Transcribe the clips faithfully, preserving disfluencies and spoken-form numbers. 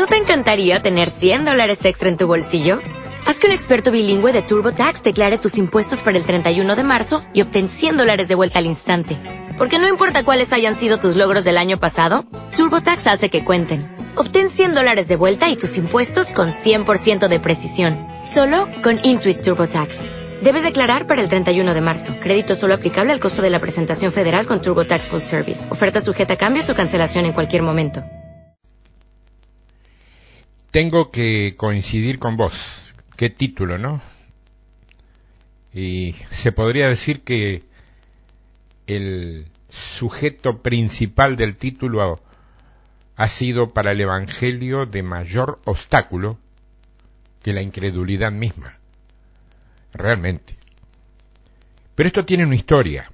¿No te encantaría tener cien dólares extra en tu bolsillo? Haz que un experto bilingüe de TurboTax declare tus impuestos para el treinta y uno de marzo y obtén cien dólares de vuelta al instante. Porque no importa cuáles hayan sido tus logros del año pasado, TurboTax hace que cuenten. Obtén cien dólares de vuelta y tus impuestos con cien por ciento de precisión. Solo con Intuit TurboTax. Debes declarar para el treinta y uno de marzo. Crédito solo aplicable al costo de la presentación federal con TurboTax Full Service. Oferta sujeta a cambios o cancelación en cualquier momento. Tengo que coincidir con vos. Qué título, ¿no? Y se podría decir que el sujeto principal del título ha sido para el Evangelio de mayor obstáculo que la incredulidad misma. Realmente. Pero esto tiene una historia.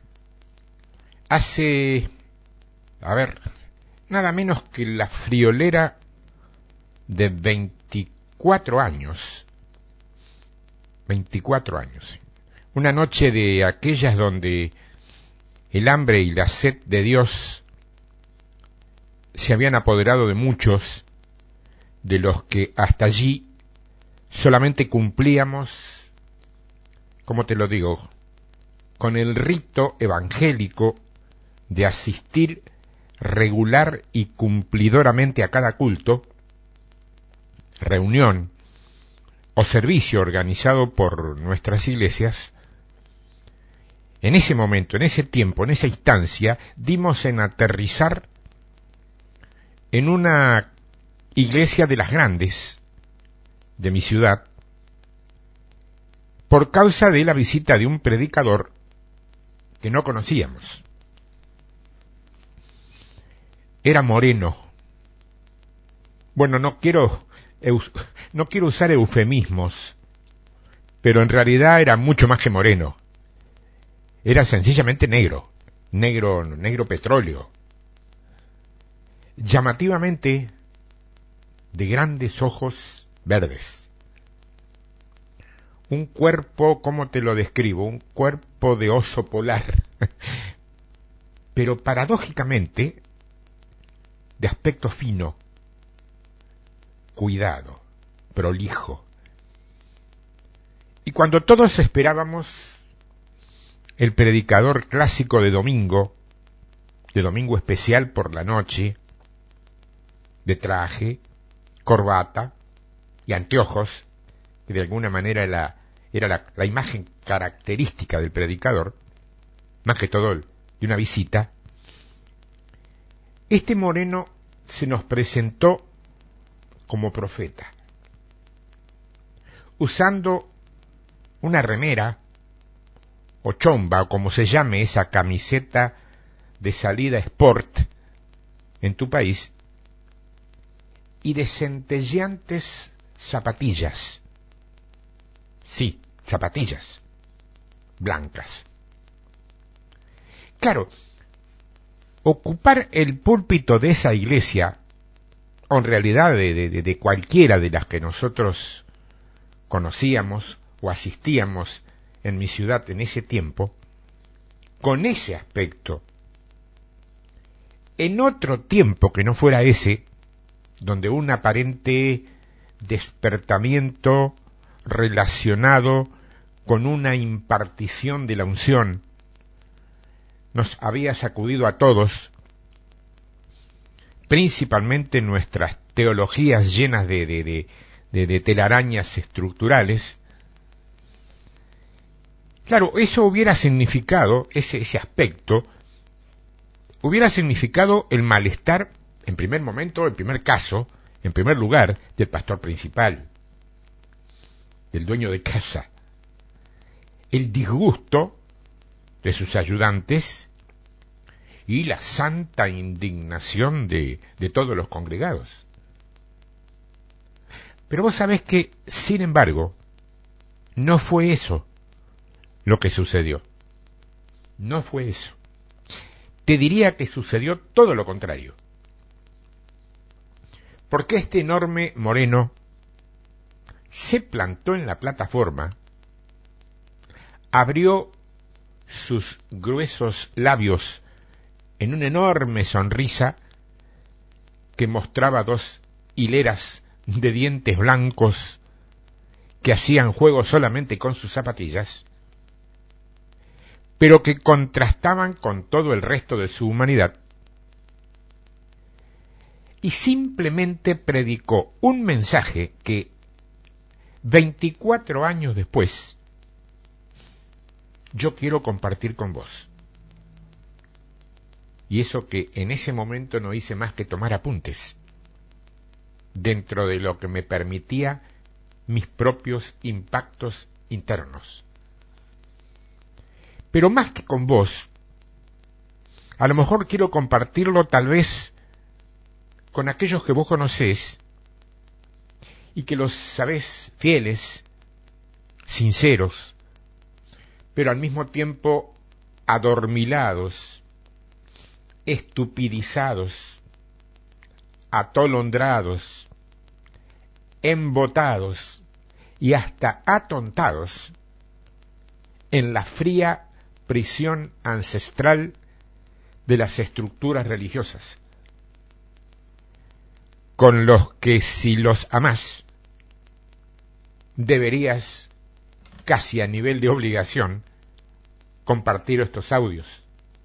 Hace, a ver, nada menos que la friolera de veinticuatro años, veinticuatro años, una noche de aquellas donde el hambre y la sed de Dios se habían apoderado de muchos de los que hasta allí solamente cumplíamos, ¿cómo te lo digo?, con el rito evangélico de asistir regular y cumplidoramente a cada culto, reunión o servicio organizado por nuestras iglesias. En ese momento, en ese tiempo, en esa instancia, dimos en aterrizar en una iglesia de las grandes de mi ciudad por causa de la visita de un predicador que no conocíamos. Era moreno. Bueno, no quiero no quiero usar eufemismos, pero en realidad era mucho más que moreno. Era sencillamente negro, negro, negro petróleo. Llamativamente de grandes ojos verdes. Un cuerpo, ¿cómo te lo describo? Un cuerpo de oso polar. Pero paradójicamente de aspecto fino, cuidado, prolijo. Y cuando todos esperábamos el predicador clásico de domingo, de domingo especial por la noche, de traje, corbata y anteojos, que de alguna manera era, la, era la, la imagen característica del predicador, más que todo de una visita, este moreno se nos presentó como profeta, usando una remera o chomba, o como se llame esa camiseta de salida sport en tu país, y de centelleantes zapatillas. Sí, zapatillas blancas. Claro, ocupar el púlpito de esa iglesia, o en realidad de, de, de cualquiera de las que nosotros conocíamos o asistíamos en mi ciudad en ese tiempo, con ese aspecto, en otro tiempo que no fuera ese, donde un aparente despertamiento relacionado con una impartición de la unción nos había sacudido a todos, principalmente nuestras teologías llenas de, de, de, de, de telarañas estructurales. Claro, eso hubiera significado, ese, ese aspecto, hubiera significado el malestar, en primer momento, en primer caso, en primer lugar, del pastor principal, del dueño de casa, el disgusto de sus ayudantes y la santa indignación de, de todos los congregados. Pero vos sabés que, sin embargo, no fue eso lo que sucedió. No fue eso. Te diría que sucedió todo lo contrario. Porque este enorme moreno se plantó en la plataforma, abrió sus gruesos labios en una enorme sonrisa que mostraba dos hileras de dientes blancos que hacían juego solamente con sus zapatillas, pero que contrastaban con todo el resto de su humanidad, y simplemente predicó un mensaje que veinticuatro años después yo quiero compartir con vos. Y eso que en ese momento no hice más que tomar apuntes, dentro de lo que me permitía mis propios impactos internos. Pero más que con vos, a lo mejor quiero compartirlo tal vez con aquellos que vos conocés y que los sabés fieles, sinceros, pero al mismo tiempo adormilados, estupidizados, atolondrados, embotados y hasta atontados en la fría prisión ancestral de las estructuras religiosas, con los que si los amás, deberías, casi a nivel de obligación, compartir estos audios.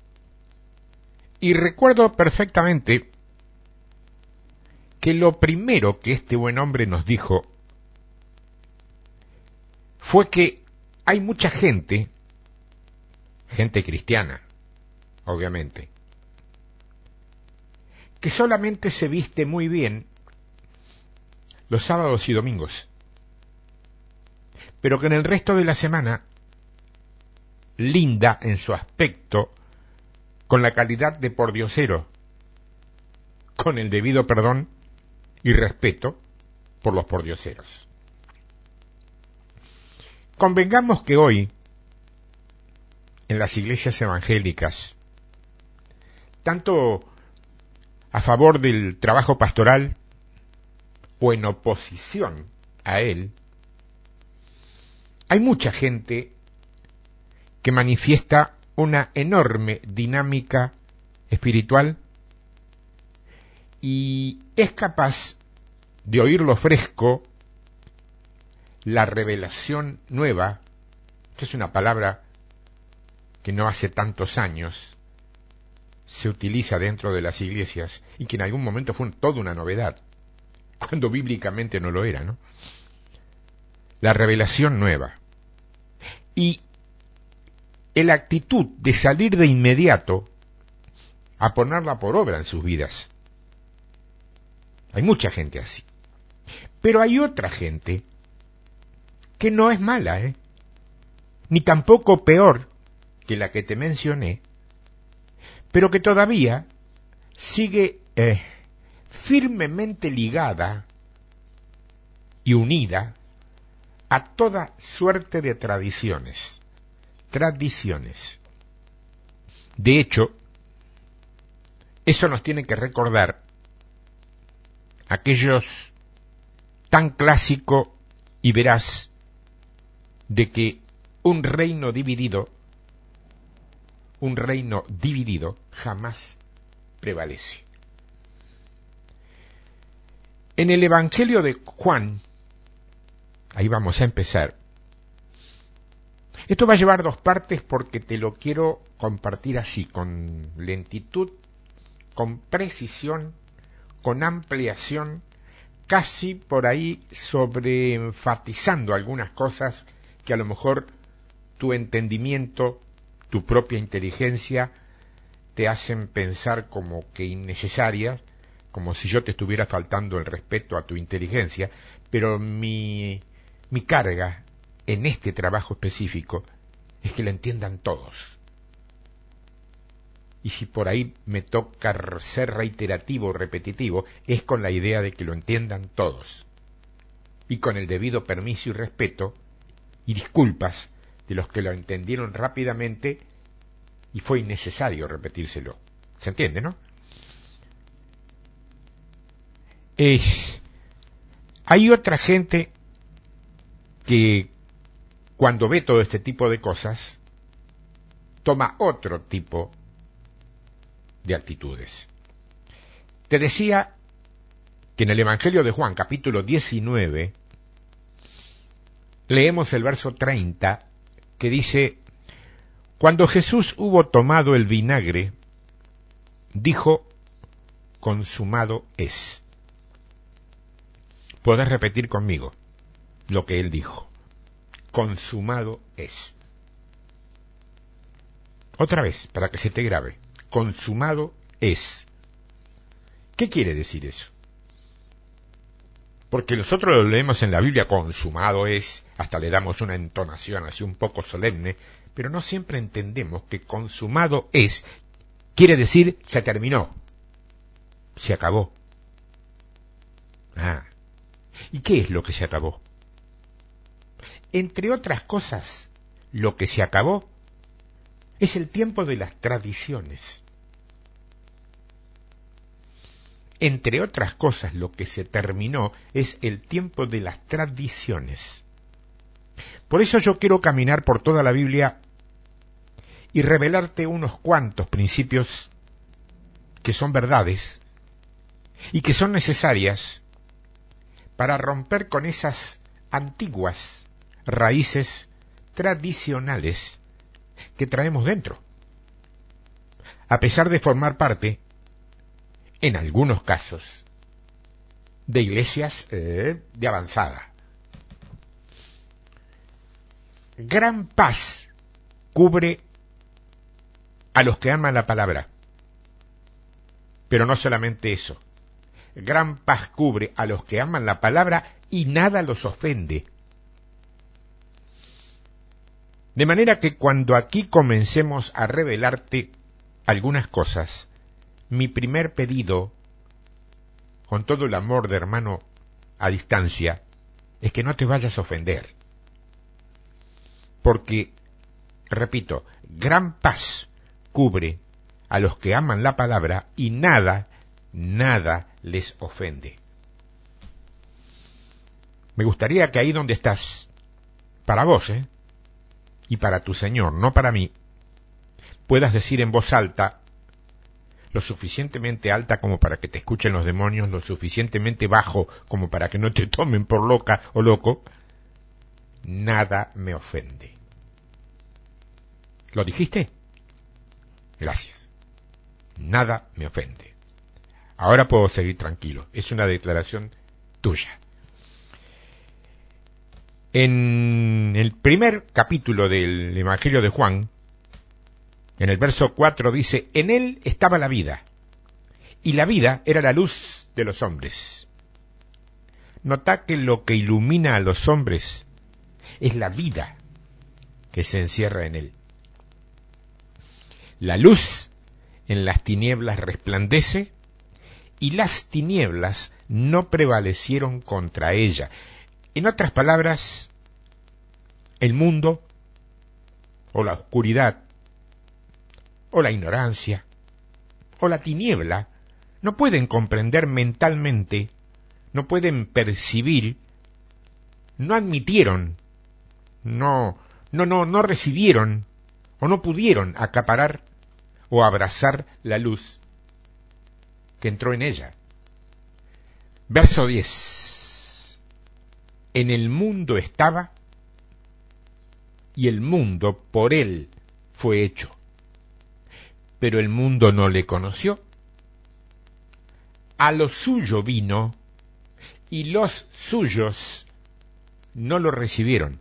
Y recuerdo perfectamente que lo primero que este buen hombre nos dijo fue que hay mucha gente, gente cristiana, obviamente, que solamente se viste muy bien los sábados y domingos, pero que en el resto de la semana linda en su aspecto con la calidad de pordiosero, con el debido perdón y respeto por los pordioseros. Convengamos que hoy, en las iglesias evangélicas, tanto a favor del trabajo pastoral o en oposición a él, hay mucha gente que manifiesta una enorme dinámica espiritual y es capaz de oírlo fresco, la revelación nueva. Esta es una palabra que no hace tantos años se utiliza dentro de las iglesias y que en algún momento fue toda una novedad, cuando bíblicamente no lo era, ¿no? La revelación nueva. Y la actitud de salir de inmediato a ponerla por obra en sus vidas. Hay mucha gente así. Pero hay otra gente que no es mala, ¿eh? Ni tampoco peor que la que te mencioné, pero que todavía sigue eh, firmemente ligada y unida a toda suerte de tradiciones. Tradiciones. De hecho, eso nos tiene que recordar aquellos tan clásico y veraz de que un reino dividido, un reino dividido jamás prevalece. En el Evangelio de Juan, ahí vamos a empezar. Esto va a llevar dos partes porque te lo quiero compartir así, con lentitud, con precisión, con ampliación, casi por ahí sobreenfatizando algunas cosas que a lo mejor tu entendimiento, tu propia inteligencia te hacen pensar como que innecesarias, como si yo te estuviera faltando el respeto a tu inteligencia, pero mi, mi carga en este trabajo específico es que la entiendan todos. Y si por ahí me toca ser reiterativo o repetitivo, es con la idea de que lo entiendan todos. Y con el debido permiso y respeto y disculpas de los que lo entendieron rápidamente y fue innecesario repetírselo. ¿Se entiende, no? Eh, hay otra gente que cuando ve todo este tipo de cosas toma otro tipo de actitudes. Te decía que en el Evangelio de Juan, capítulo diecinueve, leemos el verso treinta, que dice: cuando Jesús hubo tomado el vinagre, dijo: consumado es. Podés repetir conmigo lo que él dijo: consumado es. Otra vez, para que se te grabe: consumado es. ¿Qué quiere decir eso? Porque nosotros lo leemos en la Biblia: consumado es, hasta le damos una entonación así un poco solemne, pero no siempre entendemos que consumado es quiere decir se terminó, se acabó. Ah, ¿y qué es lo que se acabó? Entre otras cosas, lo que se acabó es el tiempo de las tradiciones. Entre otras cosas, lo que se terminó es el tiempo de las tradiciones. Por eso yo quiero caminar por toda la Biblia y revelarte unos cuantos principios que son verdades y que son necesarias para romper con esas antiguas raíces tradicionales que traemos dentro, a pesar de formar parte, en algunos casos, de iglesias eh, de avanzada. Gran paz cubre a los que aman la palabra, pero no solamente eso. Gran paz cubre a los que aman la palabra y nada los ofende. De manera que cuando aquí comencemos a revelarte algunas cosas, mi primer pedido, con todo el amor de hermano a distancia, es que no te vayas a ofender. Porque, repito, gran paz cubre a los que aman la palabra y nada, nada les ofende. Me gustaría que ahí donde estás, para vos, ¿eh? y para tu Señor, no para mí, puedas decir en voz alta, lo suficientemente alta como para que te escuchen los demonios, lo suficientemente bajo como para que no te tomen por loca o loco: nada me ofende. ¿Lo dijiste? Gracias. Nada me ofende. Ahora puedo seguir tranquilo. Es una declaración tuya. En el primer capítulo del Evangelio de Juan, en el verso cuatro dice: en él estaba la vida, y la vida era la luz de los hombres. Nota que lo que ilumina a los hombres es la vida que se encierra en él. La luz en las tinieblas resplandece, y las tinieblas no prevalecieron contra ella. En otras palabras, el mundo, o la oscuridad, o la ignorancia, o la tiniebla, no pueden comprender mentalmente, no pueden percibir, no admitieron, no, no, no, no recibieron, o no pudieron acaparar o abrazar la luz que entró en ella. Verso diez. En el mundo estaba, y el mundo por él fue hecho, pero el mundo no le conoció. A lo suyo vino, y los suyos no lo recibieron.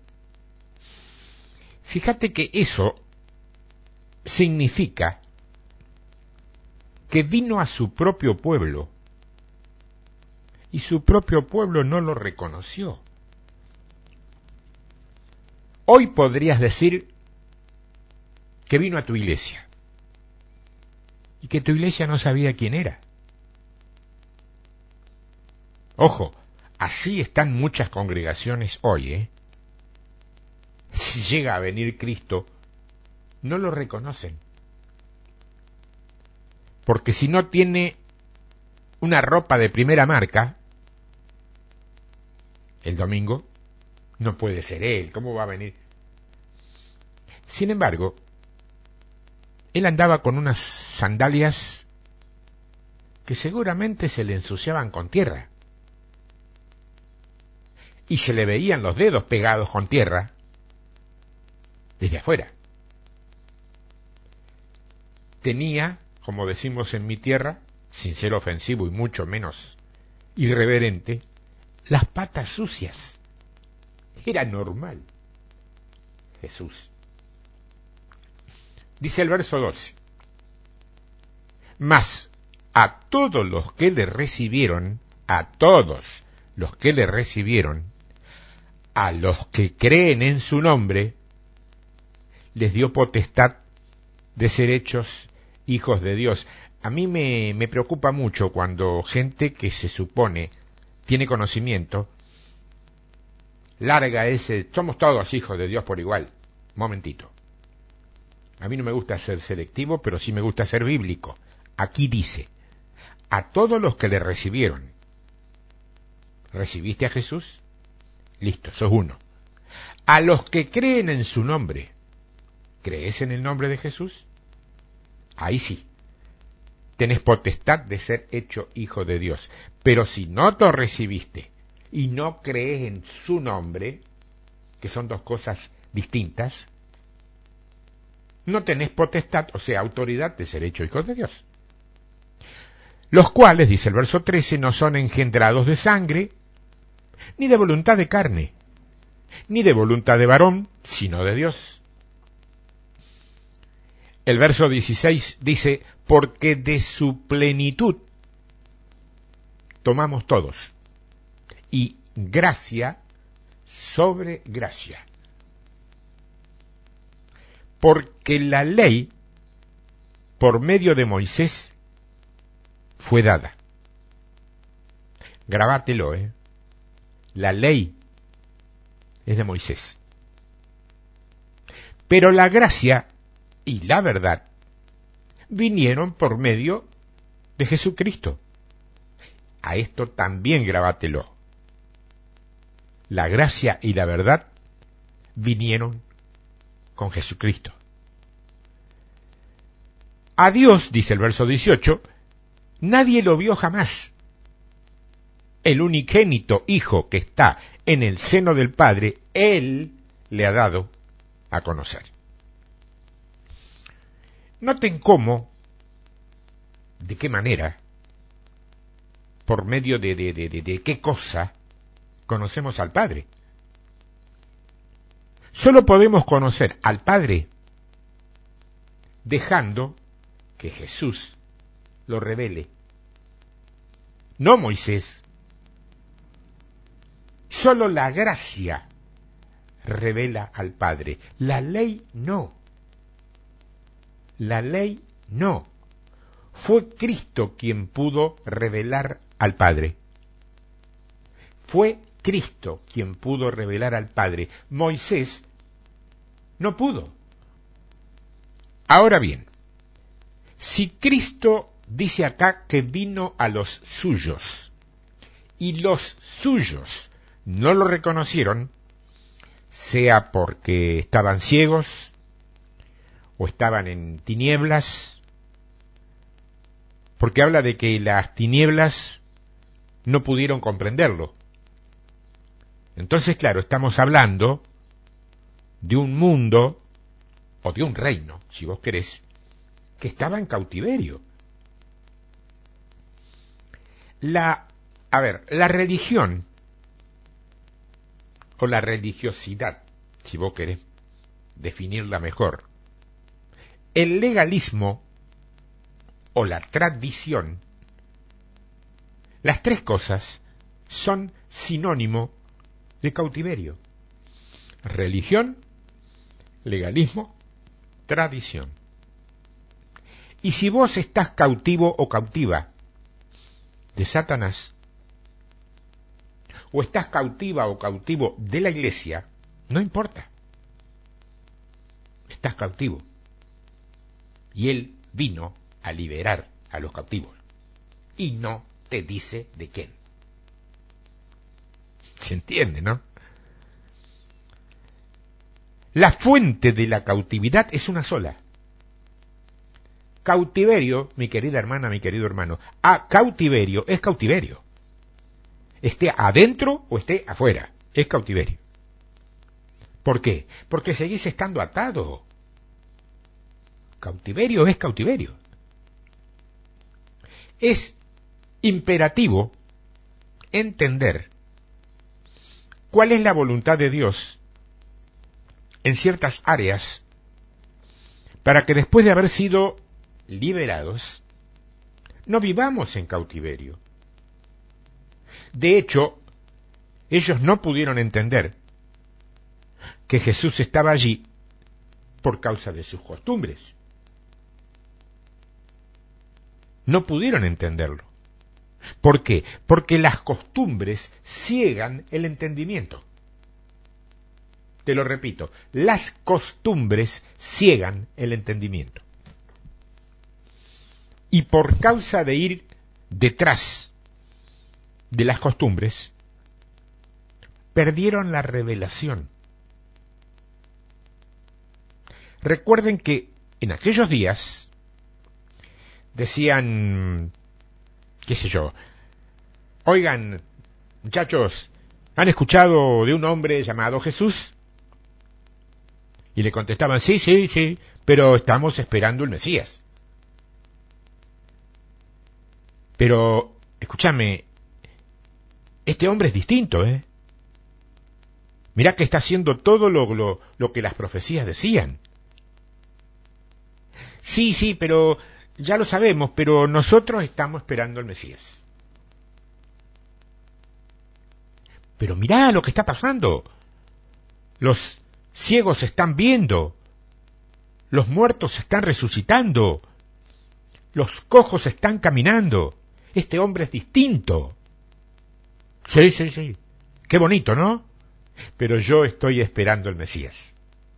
Fíjate que eso significa que vino a su propio pueblo, y su propio pueblo no lo reconoció. Hoy podrías decir que vino a tu iglesia, y que tu iglesia no sabía quién era. Ojo, así están muchas congregaciones hoy, ¿eh? Si llega a venir Cristo, no lo reconocen. Porque si no tiene una ropa de primera marca, el domingo no puede ser él. ¿Cómo va a venir? Sin embargo, él andaba con unas sandalias que seguramente se le ensuciaban con tierra. y se le veían los dedos pegados con tierra desde afuera. Tenía, como decimos en mi tierra, sin ser ofensivo y mucho menos irreverente, las patas sucias. Era normal. Jesús. Dice el verso doce. Mas a todos los que le recibieron, a todos los que le recibieron, a los que creen en su nombre, les dio potestad de ser hechos hijos de Dios. A mí me, me preocupa mucho cuando gente que se supone tiene conocimiento, larga ese, somos todos hijos de Dios por igual. Momentito. A mí no me gusta ser selectivo, pero sí me gusta ser bíblico. Aquí dice, a todos los que le recibieron. ¿Recibiste a Jesús? Listo, sos uno. A los que creen en su nombre. ¿Crees en el nombre de Jesús? Ahí sí. Tenés potestad de ser hecho hijo de Dios. Pero si no te recibiste y no crees en su nombre, que son dos cosas distintas, no tenés potestad, o sea, autoridad de ser hecho hijo de Dios. Los cuales, dice el verso trece, no son engendrados de sangre, ni de voluntad de carne, ni de voluntad de varón, sino de Dios. El verso dieciséis dice, porque de su plenitud tomamos todos, y gracia sobre gracia. Porque la ley, por medio de Moisés, fue dada. Grabátelo, ¿eh? La ley es de Moisés. Pero la gracia y la verdad vinieron por medio de Jesucristo. A esto también grabátelo. La gracia y la verdad vinieron con Jesucristo. A Dios, dice el verso dieciocho, nadie lo vio jamás. El unigénito Hijo que está en el seno del Padre, Él le ha dado a conocer. Noten cómo, de qué manera, por medio de, de, de, de, de qué cosa conocemos al Padre. Solo podemos conocer al Padre dejando que Jesús lo revele. No Moisés. Solo la gracia revela al Padre. La ley no. La ley no. Fue Cristo quien pudo revelar al Padre. Fue Cristo quien pudo revelar al Padre. Moisés no pudo. Ahora bien, si Cristo dice acá que vino a los suyos y los suyos no lo reconocieron, sea porque estaban ciegos o estaban en tinieblas, porque habla de que las tinieblas no pudieron comprenderlo. Entonces, claro, estamos hablando de un mundo, o de un reino, si vos querés, que estaba en cautiverio. La, a ver, la religión, o la religiosidad, si vos querés definirla mejor, el legalismo, o la tradición, las tres cosas son sinónimo de cautiverio. Religión, legalismo, tradición. Y si vos estás cautivo o cautiva de Satanás, o estás cautiva o cautivo de la iglesia, no importa. Estás cautivo. Y él vino a liberar a los cautivos. Y no te dice de quién. ¿Se entiende, no? La fuente de la cautividad es una sola. Cautiverio, mi querida hermana, mi querido hermano, a cautiverio es cautiverio. Esté adentro o esté afuera. es cautiverio. ¿Por qué? Porque seguís estando atado. Cautiverio es cautiverio. Es imperativo entender cuál es la voluntad de Dios en ciertas áreas para que después de haber sido liberados no vivamos en cautiverio. De hecho, ellos no pudieron entender que Jesús estaba allí por causa de sus costumbres. No pudieron entenderlo. ¿Por qué? Porque las costumbres ciegan el entendimiento. Te lo repito, las costumbres ciegan el entendimiento. Y por causa de ir detrás de las costumbres, perdieron la revelación. Recuerden que en aquellos días decían, qué sé yo, oigan, muchachos, ¿han escuchado de un hombre llamado Jesús? Y le contestaban, sí, sí, sí, pero estamos esperando el Mesías. Pero, escúchame, este hombre es distinto, ¿eh? Mirá que está haciendo todo lo, lo, lo que las profecías decían. Sí, sí, pero ya lo sabemos, pero nosotros estamos esperando al Mesías. Pero mirá lo que está pasando. Los ciegos están viendo. Los muertos están resucitando. Los cojos están caminando. Este hombre es distinto. Sí, sí, sí. Qué bonito, ¿no? Pero yo estoy esperando el Mesías.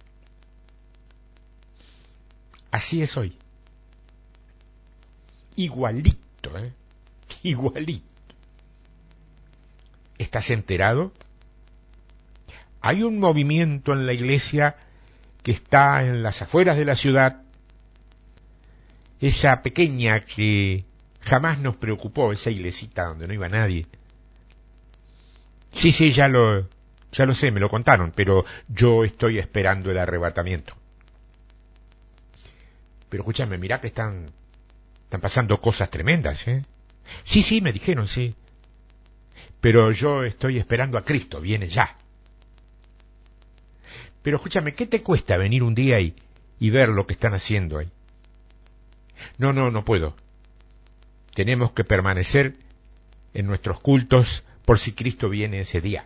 Así es hoy. Igualito, ¿eh? Igualito. ¿Estás enterado? Hay un movimiento en la iglesia que está en las afueras de la ciudad, esa pequeña que jamás nos preocupó, esa iglesita donde no iba nadie. Sí, sí, ya lo, ya lo sé, me lo contaron, pero yo estoy esperando el arrebatamiento. Pero escúchame, mirá que están, están pasando cosas tremendas, ¿eh? Sí, sí, me dijeron, sí. Pero yo estoy esperando a Cristo, viene ya. Pero escúchame, ¿qué te cuesta venir un día y, y ver lo que están haciendo ahí? No, no, no puedo. Tenemos que permanecer en nuestros cultos por si Cristo viene ese día.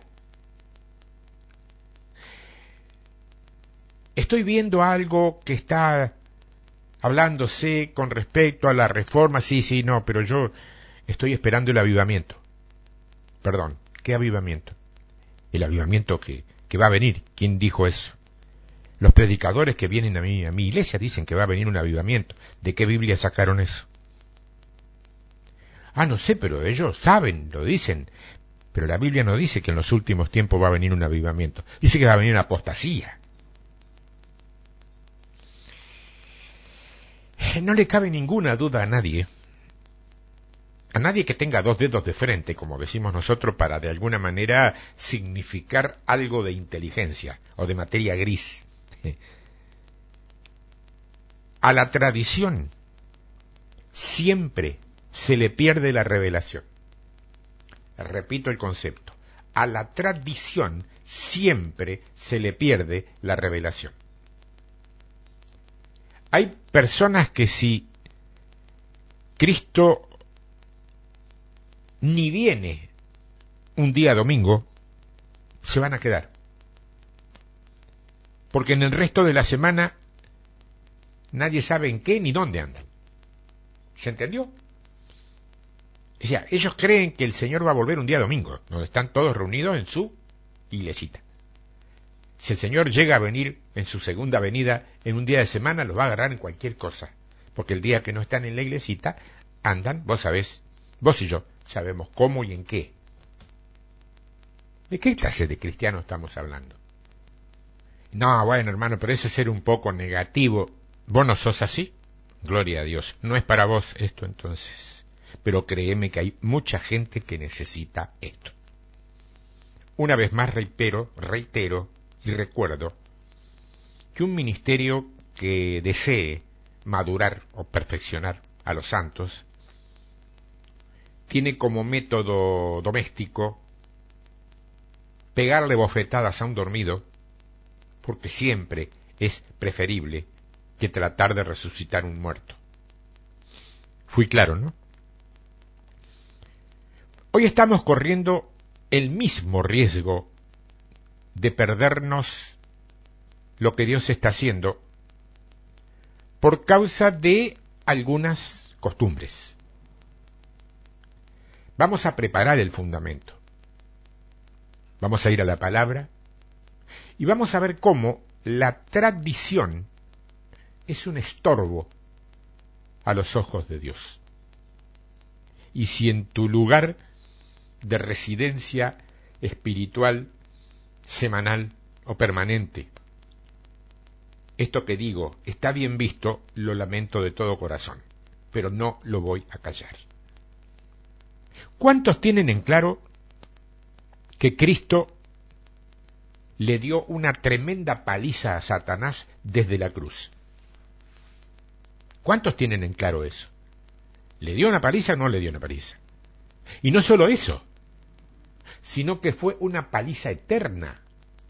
Estoy viendo algo que está hablándose con respecto a la reforma, sí, sí, no, pero yo estoy esperando el avivamiento. Perdón, ¿qué avivamiento? El avivamiento que, que va a venir. ¿Quién dijo eso? Los predicadores que vienen a mi, a mi iglesia dicen que va a venir un avivamiento. ¿De qué Biblia sacaron eso? Ah, no sé, pero ellos saben, lo dicen. Pero la Biblia no dice que en los últimos tiempos va a venir un avivamiento. Dice que va a venir una apostasía. No le cabe ninguna duda a nadie. A nadie que tenga dos dedos de frente, como decimos nosotros, para de alguna manera significar algo de inteligencia o de materia gris. A la tradición siempre se le pierde la revelación. Repito el concepto. A la tradición siempre se le pierde la revelación. Hay personas que si Cristo ni viene un día domingo, se van a quedar. Porque en el resto de la semana nadie sabe en qué ni dónde andan. ¿Se entendió? O sea, ellos creen que el Señor va a volver un día domingo, donde están todos reunidos en su iglesita. Si el Señor llega a venir en su segunda venida en un día de semana, los va a agarrar en cualquier cosa. Porque el día que no están en la iglesita, andan, vos sabés, vos y yo, sabemos cómo y en qué. ¿De qué clase de cristiano estamos hablando? No, bueno, hermano, pero ese es ser un poco negativo. ¿Vos no sos así? Gloria a Dios. No es para vos esto entonces. Pero créeme que hay mucha gente que necesita esto. Una vez más reitero, reitero y recuerdo que un ministerio que desee madurar o perfeccionar a los santos tiene como método doméstico pegarle bofetadas a un dormido, porque siempre es preferible que tratar de resucitar un muerto. Fui claro, ¿no? Hoy estamos corriendo el mismo riesgo de perdernos lo que Dios está haciendo por causa de algunas costumbres. Vamos a preparar el fundamento. Vamos a ir a la palabra y vamos a ver cómo la tradición es un estorbo a los ojos de Dios. Y si en tu lugar de residencia espiritual, semanal o permanente, esto que digo está bien visto, lo lamento de todo corazón, pero no lo voy a callar. ¿Cuántos tienen en claro que Cristo le dio una tremenda paliza a Satanás desde la cruz? ¿Cuántos tienen en claro eso? ¿Le dio una paliza o no le dio una paliza? Y no solo eso, sino que fue una paliza eterna.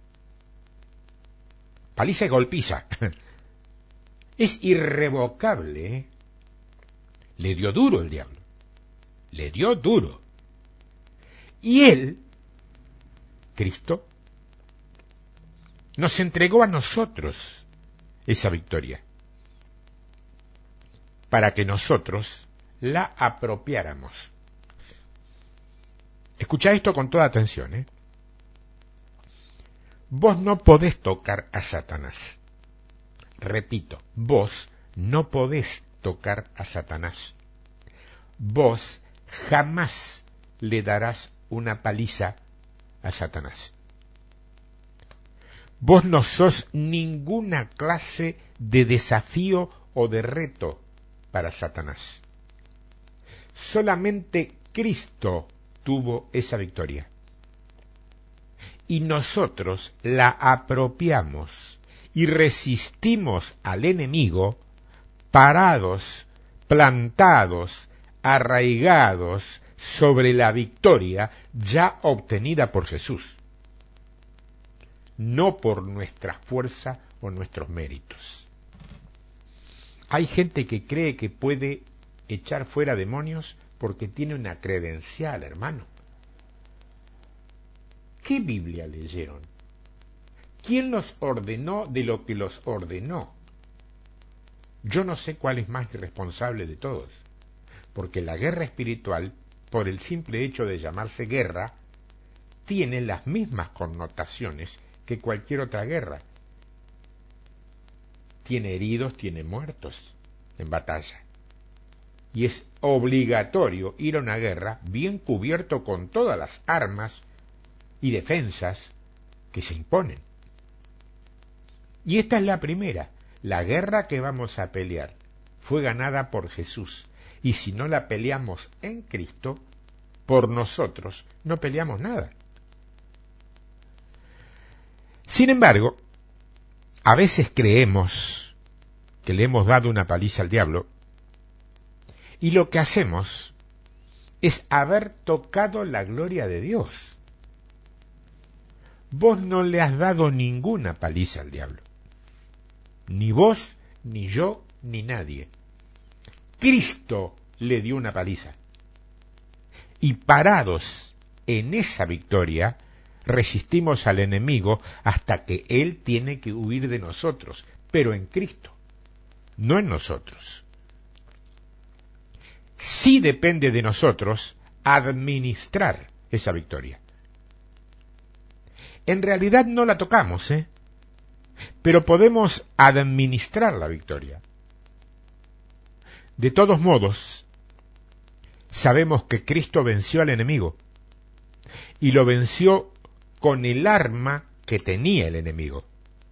Paliza y golpiza. Es irrevocable, ¿eh? Le dio duro el diablo. Le dio duro. Y él, Cristo, nos entregó a nosotros esa victoria, para que nosotros la apropiáramos. Escucha esto con toda atención, ¿eh? Vos no podés tocar a Satanás. Repito, vos no podés tocar a Satanás. Vos jamás le darás una paliza a Satanás. Vos no sos ninguna clase de desafío o de reto para Satanás. Solamente Cristo tuvo esa victoria. Y nosotros la apropiamos y resistimos al enemigo parados, plantados, arraigados sobre la victoria ya obtenida por Jesús, no por nuestra fuerza o nuestros méritos. Hay gente que cree que puede echar fuera demonios porque tiene una credencial, hermano. ¿Qué Biblia leyeron? ¿Quién los ordenó de lo que los ordenó? Yo no sé cuál es más irresponsable de todos, porque la guerra espiritual, por el simple hecho de llamarse guerra, tiene las mismas connotaciones que cualquier otra guerra. Tiene heridos, tiene muertos en batalla. Y es obligatorio ir a una guerra bien cubierto con todas las armas y defensas que se imponen. Y esta es la primera. La guerra que vamos a pelear fue ganada por Jesús. Y si no la peleamos en Cristo, por nosotros no peleamos nada. Sin embargo, a veces creemos que le hemos dado una paliza al diablo y lo que hacemos es haber tocado la gloria de Dios. Vos no le has dado ninguna paliza al diablo. Ni vos, ni yo, ni nadie. Cristo le dio una paliza. Y parados en esa victoria, resistimos al enemigo hasta que él tiene que huir de nosotros, pero en Cristo, no en nosotros. Sí depende de nosotros administrar esa victoria. En realidad no la tocamos, ¿eh? Pero podemos administrar la victoria. De todos modos, sabemos que Cristo venció al enemigo y lo venció con el arma que tenía el enemigo.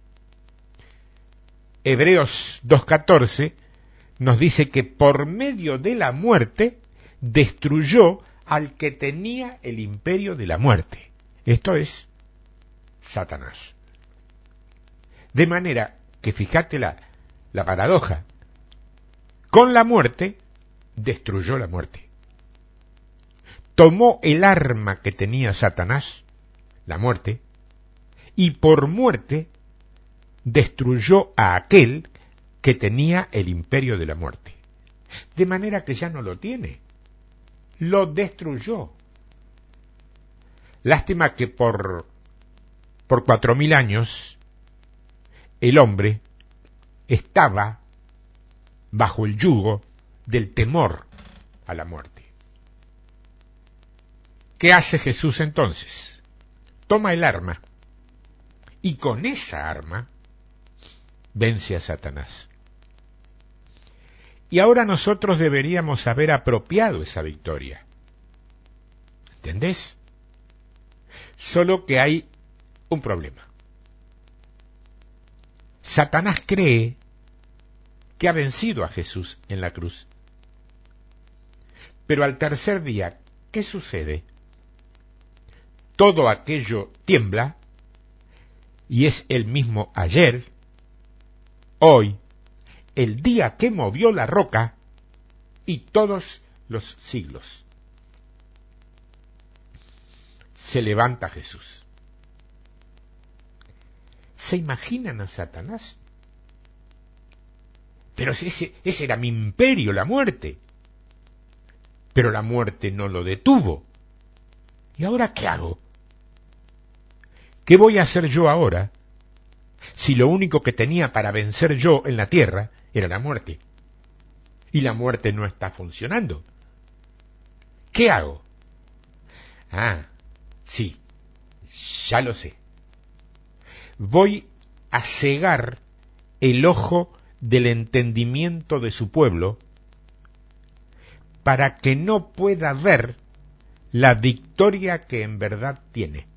Hebreos dos catorce nos dice que por medio de la muerte destruyó al que tenía el imperio de la muerte, Esto es Satanás. De manera que fíjate la, la paradoja. Con la muerte, destruyó la muerte. Tomó el arma que tenía Satanás, la muerte, y por muerte destruyó a aquel que tenía el imperio de la muerte. De manera que ya no lo tiene. Lo destruyó. Lástima que por, por cuatro mil años el hombre estaba bajo el yugo del temor a la muerte. ¿Qué hace Jesús entonces? Toma el arma y con esa arma vence a Satanás. Y ahora nosotros deberíamos haber apropiado esa victoria. ¿Entendés? Solo que hay un problema. Satanás cree que ha vencido a Jesús en la cruz. Pero al tercer día, ¿qué sucede? Todo aquello tiembla y es el mismo ayer, hoy, el día que movió la roca y todos los siglos. Se levanta Jesús. ¿Se imaginan a Satanás? Pero ese, ese era mi imperio, la muerte. Pero la muerte no lo detuvo. ¿Y ahora qué hago? ¿Qué voy a hacer yo ahora si lo único que tenía para vencer yo en la tierra era la muerte? Y la muerte no está funcionando. ¿Qué hago? Ah, sí, ya lo sé. Voy a cegar el ojo del entendimiento de su pueblo para que no pueda ver la victoria que en verdad tiene.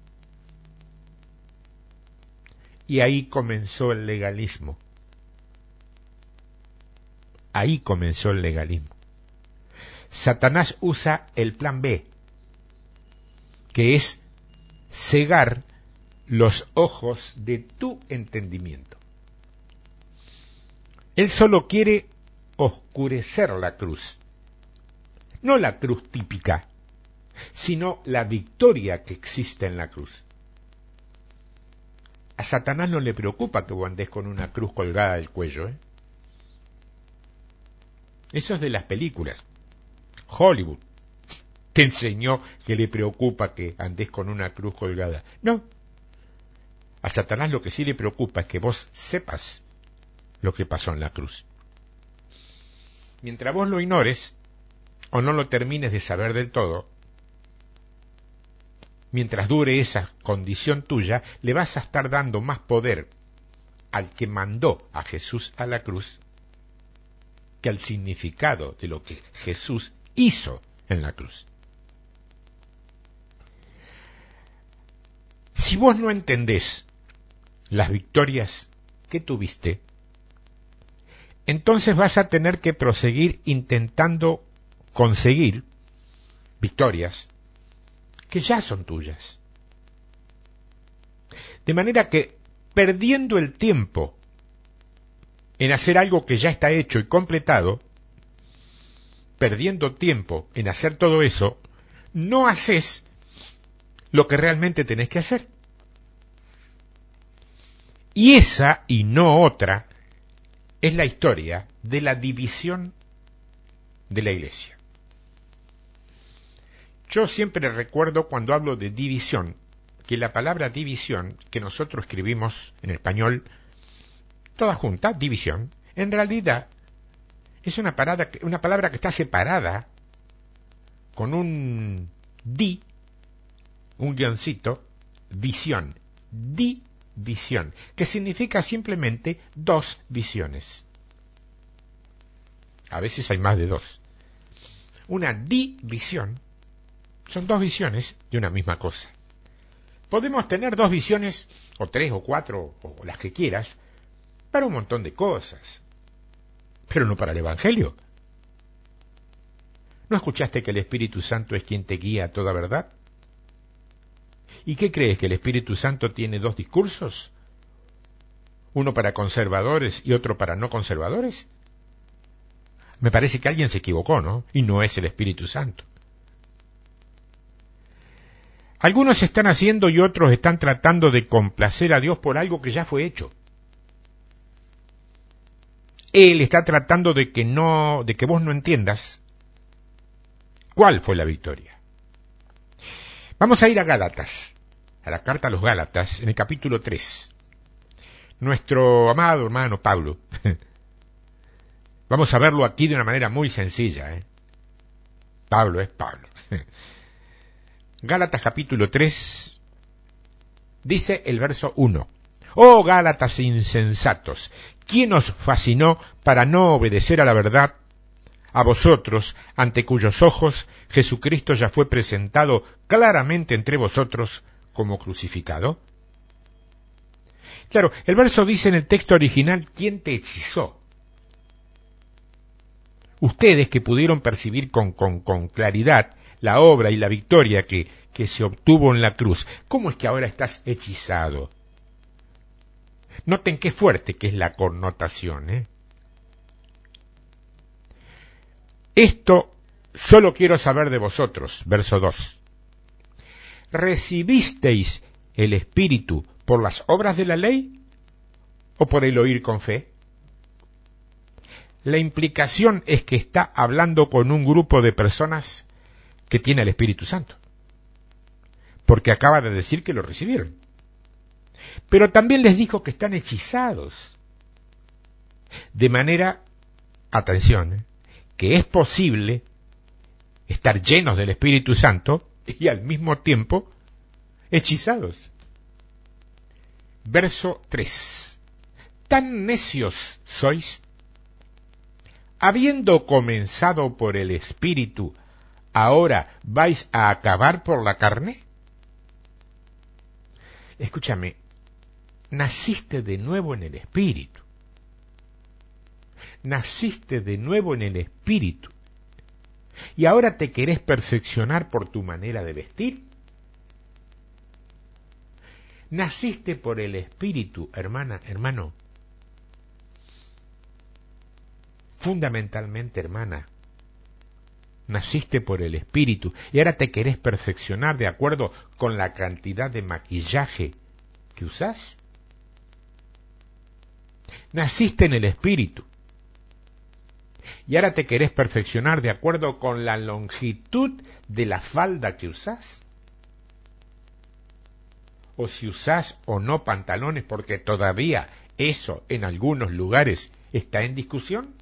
Y ahí comenzó el legalismo. Ahí comenzó el legalismo. Satanás usa el plan B, que es cegar los ojos de tu entendimiento. Él solo quiere oscurecer la cruz. No la cruz típica, sino la victoria que existe en la cruz. A Satanás no le preocupa que vos andes con una cruz colgada del cuello, ¿eh? Eso es de las películas. Hollywood te enseñó que le preocupa que andes con una cruz colgada. No. A Satanás lo que sí le preocupa es que vos sepas lo que pasó en la cruz. Mientras vos lo ignores, o no lo termines de saber del todo, mientras dure esa condición tuya, le vas a estar dando más poder al que mandó a Jesús a la cruz que al significado de lo que Jesús hizo en la cruz. Si vos no entendés las victorias que tuviste, entonces vas a tener que proseguir intentando conseguir victorias que ya son tuyas. De manera que, perdiendo el tiempo en hacer algo que ya está hecho y completado, perdiendo tiempo en hacer todo eso, no haces lo que realmente tenés que hacer. Y esa, y no otra, es la historia de la división de la Iglesia. Yo siempre recuerdo cuando hablo de división, que la palabra división, que nosotros escribimos en español, toda junta, división, en realidad es una, parada, una palabra que está separada con un di, un guioncito, visión, división, que significa simplemente dos visiones. A veces hay más de dos. Una división son dos visiones de una misma cosa. Podemos tener dos visiones, o tres, o cuatro, o las que quieras, para un montón de cosas, pero no para el Evangelio. ¿No escuchaste que el Espíritu Santo es quien te guía a toda verdad? ¿Y qué crees, que el Espíritu Santo tiene dos discursos? ¿Uno para conservadores y otro para no conservadores? Me parece que alguien se equivocó, ¿no? Y no es el Espíritu Santo. Algunos están haciendo y otros están tratando de complacer a Dios por algo que ya fue hecho. Él está tratando de que no, de que vos no entiendas cuál fue la victoria. Vamos a ir a Gálatas, a la carta a los Gálatas, en el capítulo tres. Nuestro amado hermano Pablo, vamos a verlo aquí de una manera muy sencilla, ¿eh? Pablo es Pablo. Gálatas capítulo tres, dice el verso uno. Oh Gálatas insensatos, ¿quién os fascinó para no obedecer a la verdad? A vosotros, ante cuyos ojos Jesucristo ya fue presentado claramente entre vosotros como crucificado. Claro, el verso dice en el texto original, ¿quién te hechizó? Ustedes que pudieron percibir con, con, con claridad la obra y la victoria que, que se obtuvo en la cruz, ¿cómo es que ahora estás hechizado? Noten qué fuerte que es la connotación, ¿eh? Esto solo quiero saber de vosotros, verso dos. ¿Recibisteis el Espíritu por las obras de la ley o por el oír con fe? La implicación es que está hablando con un grupo de personas que tiene el Espíritu Santo, porque acaba de decir que lo recibieron. Pero también les dijo que están hechizados, de manera, atención, ¿eh? que es posible estar llenos del Espíritu Santo y al mismo tiempo hechizados. Verso tres. ¿Tan necios sois? Habiendo comenzado por el Espíritu, ¿ahora vais a acabar por la carne? Escúchame, naciste de nuevo en el Espíritu. Naciste de nuevo en el Espíritu. ¿Y ahora te querés perfeccionar por tu manera de vestir? Naciste por el Espíritu, hermana, hermano. Fundamentalmente, hermana, naciste por el Espíritu y ahora te querés perfeccionar de acuerdo con la cantidad de maquillaje que usás. Naciste en el Espíritu y ahora te querés perfeccionar de acuerdo con la longitud de la falda que usás. O si usás o no pantalones, porque todavía eso en algunos lugares está en discusión.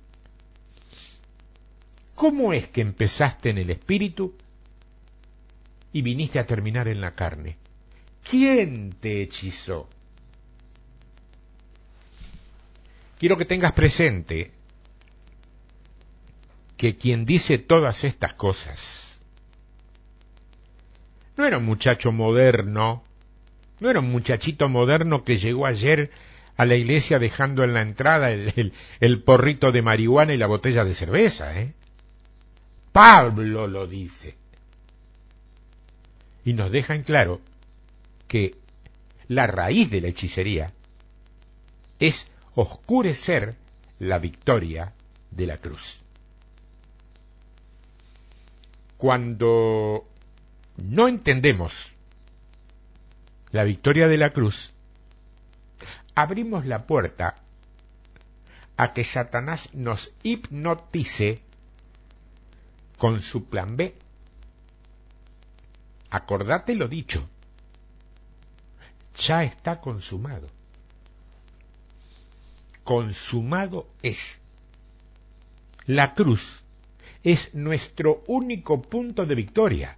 ¿Cómo es que empezaste en el Espíritu y viniste a terminar en la carne? ¿Quién te hechizó? Quiero que tengas presente que quien dice todas estas cosas no era un muchacho moderno, no era un muchachito moderno que llegó ayer a la iglesia dejando en la entrada el, el, el porrito de marihuana y la botella de cerveza, ¿eh? Pablo lo dice. Y nos deja en claro que la raíz de la hechicería es oscurecer la victoria de la cruz. Cuando no entendemos la victoria de la cruz, abrimos la puerta a que Satanás nos hipnotice con su plan B. Acordate lo dicho, ya está consumado. Consumado es. La cruz es nuestro único punto de victoria.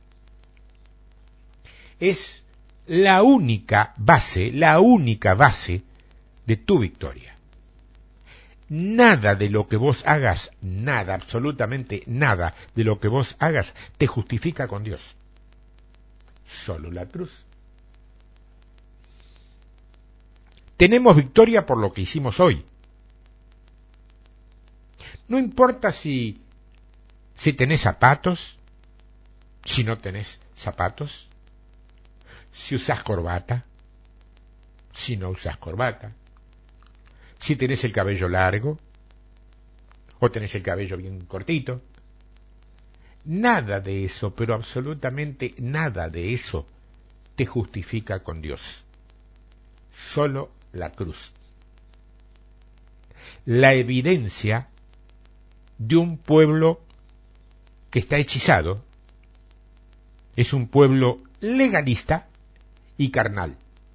Es la única base, la única base de tu victoria. Nada de lo que vos hagas, nada, absolutamente nada de lo que vos hagas te justifica con Dios. Solo la cruz. Tenemos victoria por lo que hicimos hoy. No importa si, si tenés zapatos, si no tenés zapatos. si usás corbata, si no usás corbata, si tenés el cabello largo o tenés el cabello bien cortito. Nada de eso, pero absolutamente nada de eso te justifica con Dios. Solo la cruz. La evidencia de un pueblo que está hechizado es un pueblo legalista y carnal.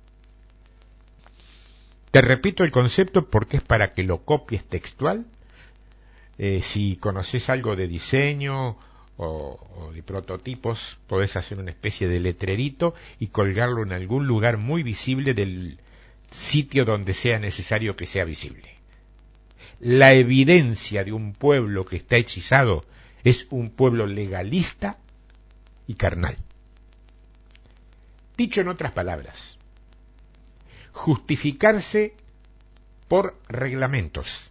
Te repito el concepto porque es para que lo copies textual. Eh, si conoces algo de diseño o, o de prototipos, podés hacer una especie de letrerito y colgarlo en algún lugar muy visible del sitio donde sea necesario que sea visible. La evidencia de un pueblo que está hechizado es un pueblo legalista y carnal. Dicho en otras palabras, justificarse por reglamentos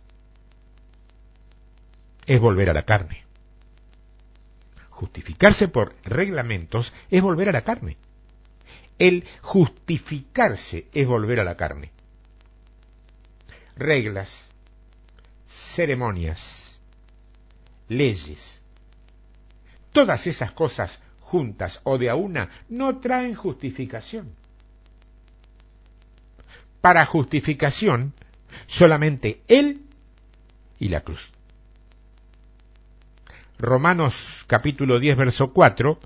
es volver a la carne. Justificarse por reglamentos es volver a la carne. El justificarse es volver a la carne. Reglas, ceremonias, leyes, todas esas cosas juntas o de a una no traen justificación. Para justificación, solamente Él y la cruz. Romanos capítulo diez, verso cuatro,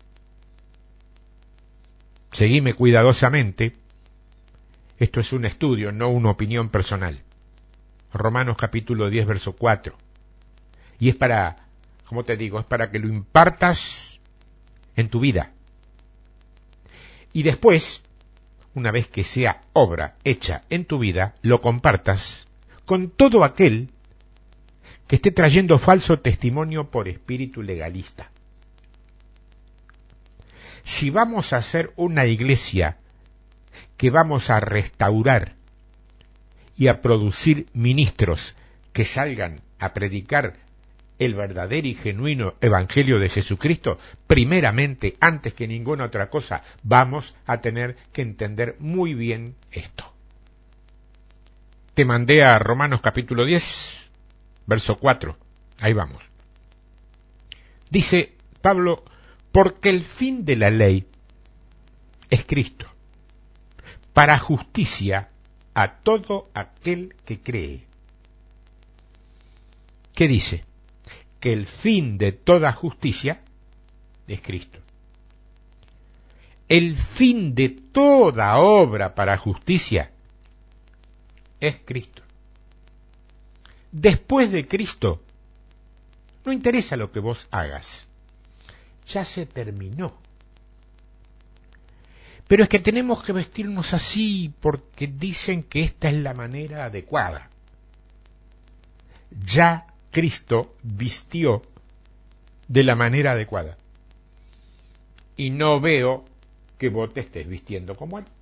seguime cuidadosamente, esto es un estudio, no una opinión personal. Romanos capítulo diez, verso cuatro. Y es para, como te digo, es para que lo impartas en tu vida. Y después, una vez que sea obra hecha en tu vida, lo compartas con todo aquel que esté trayendo falso testimonio por espíritu legalista. Si vamos a hacer una iglesia que vamos a restaurar y a producir ministros que salgan a predicar el verdadero y genuino evangelio de Jesucristo, primeramente, antes que ninguna otra cosa, vamos a tener que entender muy bien esto. Te mandé a Romanos capítulo diez, verso cuatro. Ahí vamos. Dice Pablo, porque el fin de la ley es Cristo, para justicia a todo aquel que cree. ¿Qué dice? Que el fin de toda justicia es Cristo. El fin de toda obra para justicia es Cristo. Después de Cristo, no interesa lo que vos hagas. Ya se terminó. Pero es que tenemos que vestirnos así porque dicen que esta es la manera adecuada. Ya Cristo vistió de la manera adecuada. Y no veo que vos te estés vistiendo como él.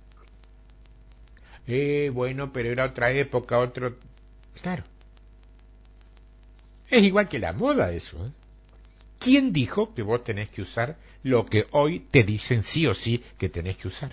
Eh, bueno, pero era otra época, otro... Claro. Es igual que la moda eso, ¿eh? ¿Quién dijo que vos tenés que usar lo que hoy te dicen sí o sí que tenés que usar?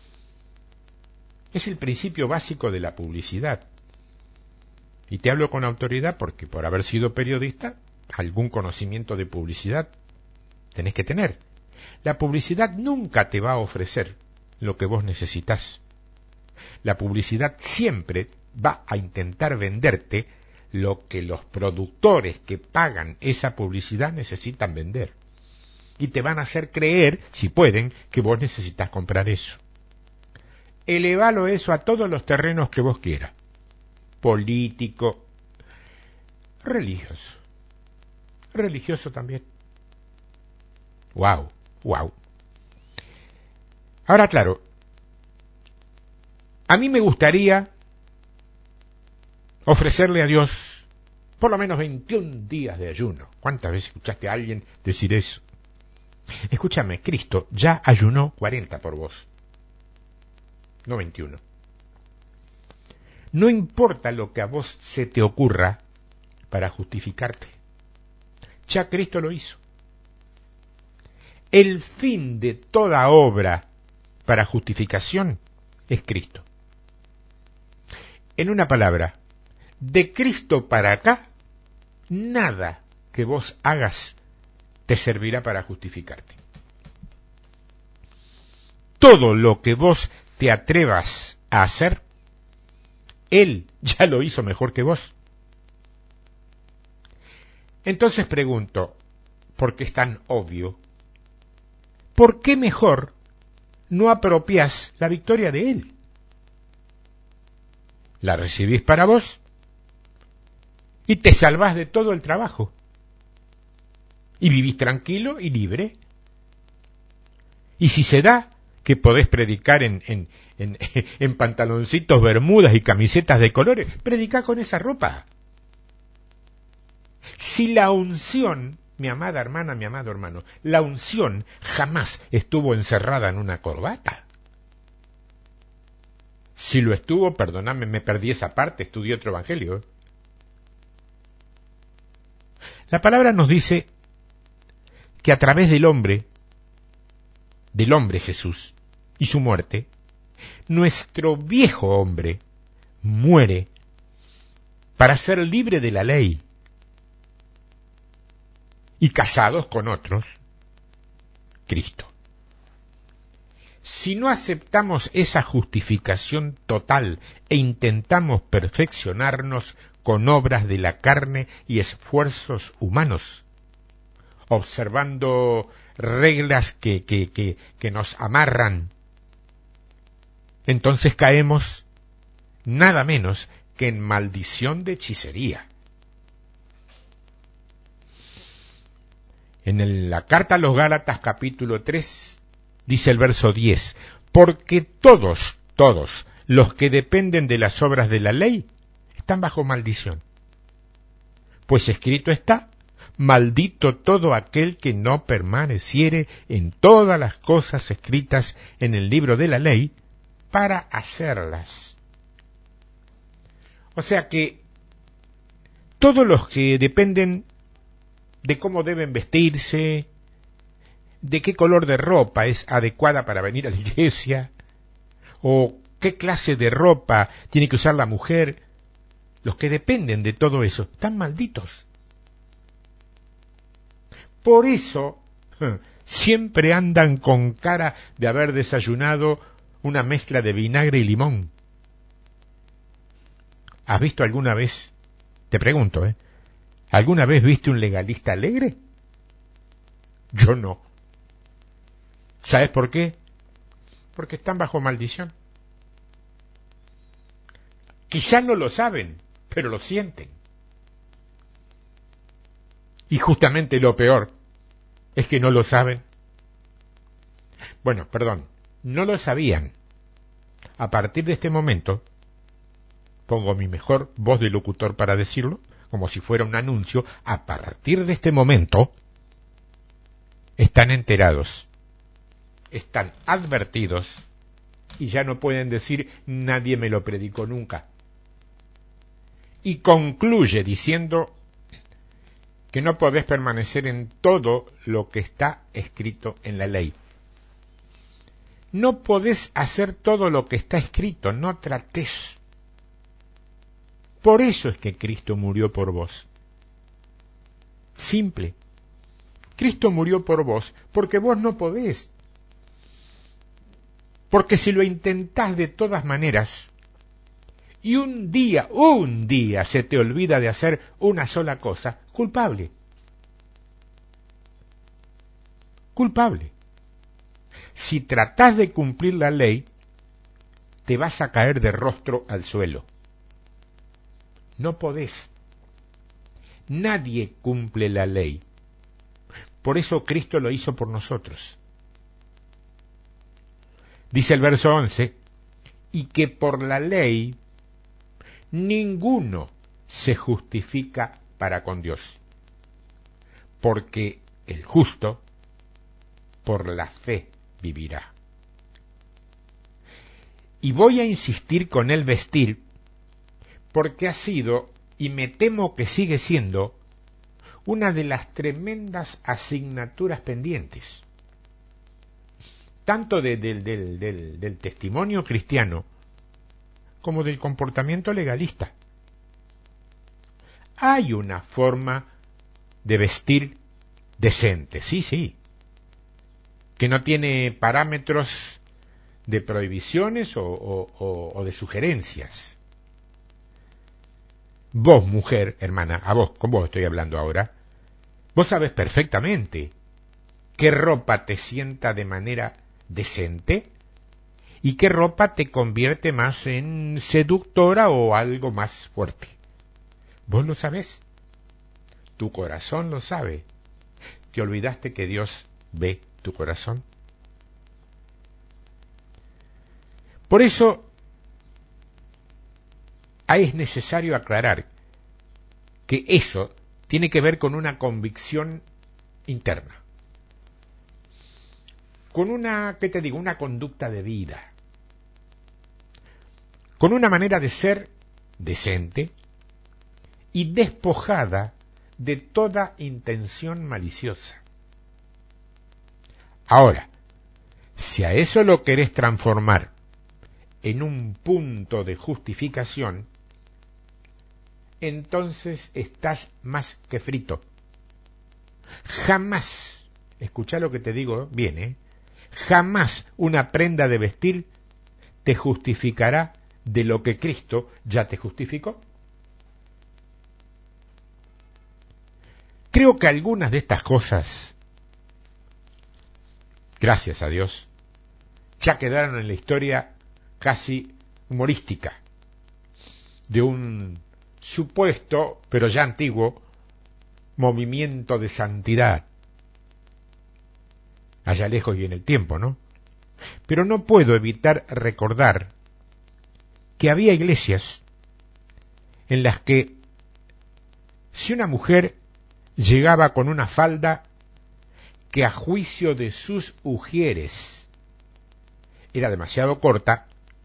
Es el principio básico de la publicidad. Y te hablo con autoridad porque por haber sido periodista, algún conocimiento de publicidad tenés que tener. La publicidad nunca te va a ofrecer lo que vos necesitas. La publicidad siempre va a intentar venderte lo que los productores que pagan esa publicidad necesitan vender. Y te van a hacer creer, si pueden, que vos necesitas comprar eso. Elevalo eso a todos los terrenos que vos quieras. Político, religioso. Religioso también. Wow, wow. Ahora, claro, a mí me gustaría ofrecerle a Dios por lo menos veintiún días de ayuno. ¿Cuántas veces escuchaste a alguien decir eso? Escúchame, Cristo ya ayunó cuarenta por vos, no veintiuno. No importa lo que a vos se te ocurra para justificarte. Ya Cristo lo hizo. El fin de toda obra para justificación es Cristo. En una palabra, de Cristo para acá, nada que vos hagas te servirá para justificarte. Todo lo que vos te atrevas a hacer, Él ya lo hizo mejor que vos. Entonces pregunto, porque es tan obvio, ¿por qué mejor no apropiás la victoria de Él? La recibís para vos y te salvás de todo el trabajo. Y vivís tranquilo y libre. Y si se da que podés predicar en, en, en, en pantaloncitos, bermudas y camisetas de colores, predicá con esa ropa. Si la unción, mi amada hermana, mi amado hermano, la unción jamás estuvo encerrada en una corbata. Si lo estuvo, perdóname, me perdí esa parte, estudié otro evangelio. La palabra nos dice que a través del hombre, del hombre Jesús y su muerte, nuestro viejo hombre muere para ser libre de la ley y casados con otros, Cristo. Si no aceptamos esa justificación total e intentamos perfeccionarnos con obras de la carne y esfuerzos humanos, observando reglas que, que, que, que nos amarran, entonces caemos nada menos que en maldición de hechicería. En el, la carta a los Gálatas capítulo tres dice el verso diez, porque todos, todos los que dependen de las obras de la ley están bajo maldición. Pues escrito está, maldito todo aquel que no permaneciere en todas las cosas escritas en el libro de la ley para hacerlas. O sea que todos los que dependen de cómo deben vestirse, de qué color de ropa es adecuada para venir a la iglesia, o qué clase de ropa tiene que usar la mujer, los que dependen de todo eso, están malditos. Por eso siempre andan con cara de haber desayunado una mezcla de vinagre y limón. ¿Has visto alguna vez, te pregunto, ¿eh? ¿alguna vez viste un legalista alegre? Yo no. ¿Sabes por qué? Porque están bajo maldición. Quizás no lo saben, pero lo sienten. Y justamente lo peor es que no lo saben. Bueno, perdón, no lo sabían. A partir de este momento, pongo mi mejor voz de locutor para decirlo, como si fuera un anuncio, a partir de este momento, están enterados, están advertidos, y ya no pueden decir, nadie me lo predicó nunca. Y concluye diciendo que no podés permanecer en todo lo que está escrito en la ley. No podés hacer todo lo que está escrito, no tratés. Por eso es que Cristo murió por vos. Simple. Cristo murió por vos porque vos no podés. Porque si lo intentás de todas maneras, y un día, un día se te olvida de hacer una sola cosa, culpable. Culpable. Si tratás de cumplir la ley, te vas a caer de rostro al suelo. No podés. Nadie cumple la ley. Por eso Cristo lo hizo por nosotros. Dice el verso once, y que por la ley ninguno se justifica para con Dios, porque el justo por la fe vivirá. Y voy a insistir con el vestir, porque ha sido, y me temo que sigue siendo, una de las tremendas asignaturas pendientes. tanto de, de, de, de, del testimonio cristiano como del comportamiento legalista. Hay una forma de vestir decente, sí, sí, que no tiene parámetros de prohibiciones o, o, o, o de sugerencias. Vos, mujer, hermana, a vos, con vos estoy hablando ahora, vos sabés perfectamente qué ropa te sienta de manera decente y qué ropa te convierte más en seductora o algo más fuerte. Vos lo sabés, tu corazón lo sabe. ¿Te olvidaste que Dios ve tu corazón? Por eso ahí es necesario aclarar que eso tiene que ver con una convicción interna, con una, ¿qué te digo?, una conducta de vida, con una manera de ser decente y despojada de toda intención maliciosa. Ahora, si a eso lo querés transformar en un punto de justificación, entonces estás más que frito. Jamás, escuchá lo que te digo bien, ¿eh? Jamás una prenda de vestir te justificará de lo que Cristo ya te justificó. Creo que algunas de estas cosas, gracias a Dios, ya quedaron en la historia casi humorística de un supuesto, pero ya antiguo, movimiento de santidad, allá lejos y en el tiempo, ¿no? Pero no puedo evitar recordar que había iglesias en las que si una mujer llegaba con una falda que a juicio de sus ujieres era demasiado corta,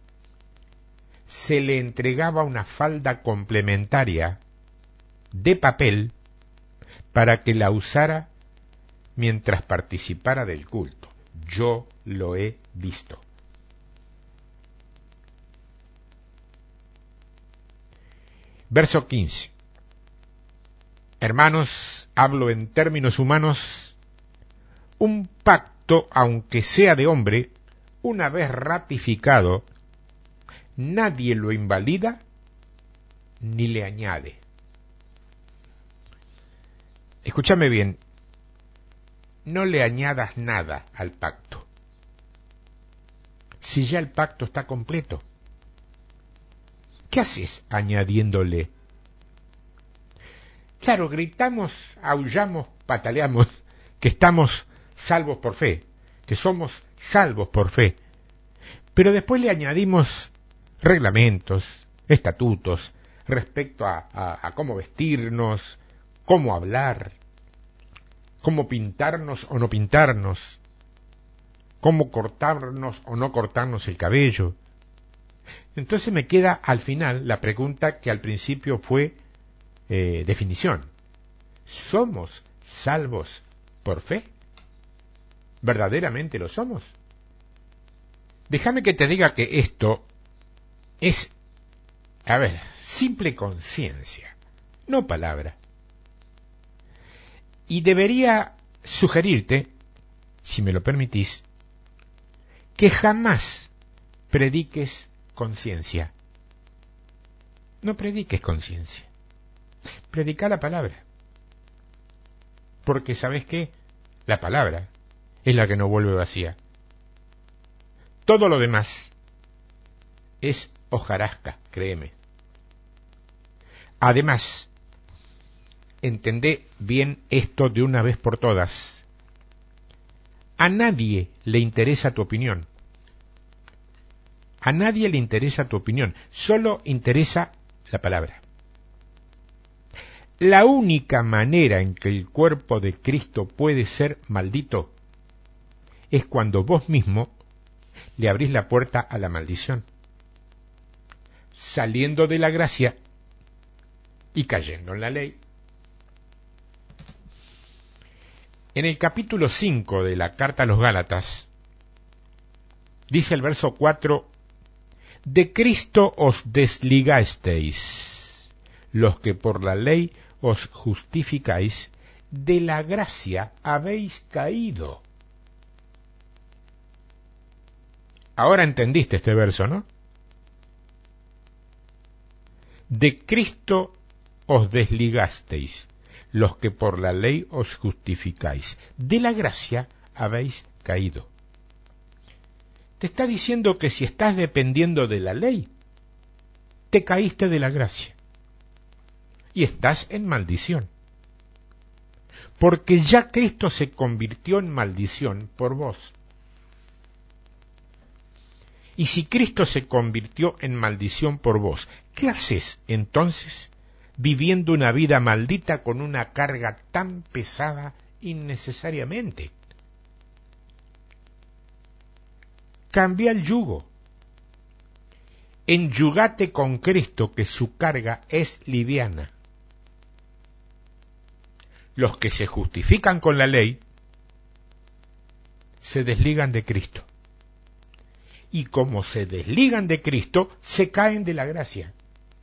se le entregaba una falda complementaria de papel para que la usara mientras participara del culto. Yo lo he visto. Verso quince. Hermanos, hablo en términos humanos, un pacto, aunque sea de hombre, una vez ratificado, nadie lo invalida ni le añade. Escúchame bien, no le añadas nada al pacto, si ya el pacto está completo. ¿Qué haces añadiéndole? Claro, gritamos, aullamos, pataleamos que estamos salvos por fe, que somos salvos por fe, pero después le añadimos reglamentos, estatutos, respecto a, a, a cómo vestirnos, cómo hablar, cómo pintarnos o no pintarnos, cómo cortarnos o no cortarnos el cabello. Entonces me queda al final la pregunta que al principio fue eh, definición. ¿Somos salvos por fe? ¿Verdaderamente lo somos? Déjame que te diga que esto es, a ver, simple conciencia, no palabra. Y debería sugerirte, si me lo permitís, que jamás prediques conciencia. No prediques conciencia. Predica la palabra. Porque ¿sabes qué? La palabra es la que nos vuelve vacía. Todo lo demás es hojarasca, créeme. Además, entendé bien esto de una vez por todas. A nadie le interesa tu opinión. A nadie le interesa tu opinión. Solo interesa la palabra. La única manera en que el cuerpo de Cristo puede ser maldito es cuando vos mismo le abrís la puerta a la maldición, saliendo de la gracia y cayendo en la ley. En el capítulo cinco de la carta a los Gálatas, Dice el verso cuatro, de Cristo os desligasteis, los que por la ley os justificáis, de la gracia habéis caído. Ahora entendiste este verso, ¿no? De Cristo os desligasteis, los que por la ley os justificáis, de la gracia habéis caído. Te está diciendo que si estás dependiendo de la ley, te caíste de la gracia y estás en maldición. Porque ya Cristo se convirtió en maldición por vos. Y si Cristo se convirtió en maldición por vos, ¿qué haces entonces viviendo una vida maldita con una carga tan pesada innecesariamente? Cambia el yugo. Enyugate con Cristo, que su carga es liviana. Los que se justifican con la ley se desligan de Cristo. Y como se desligan de Cristo, se caen de la gracia.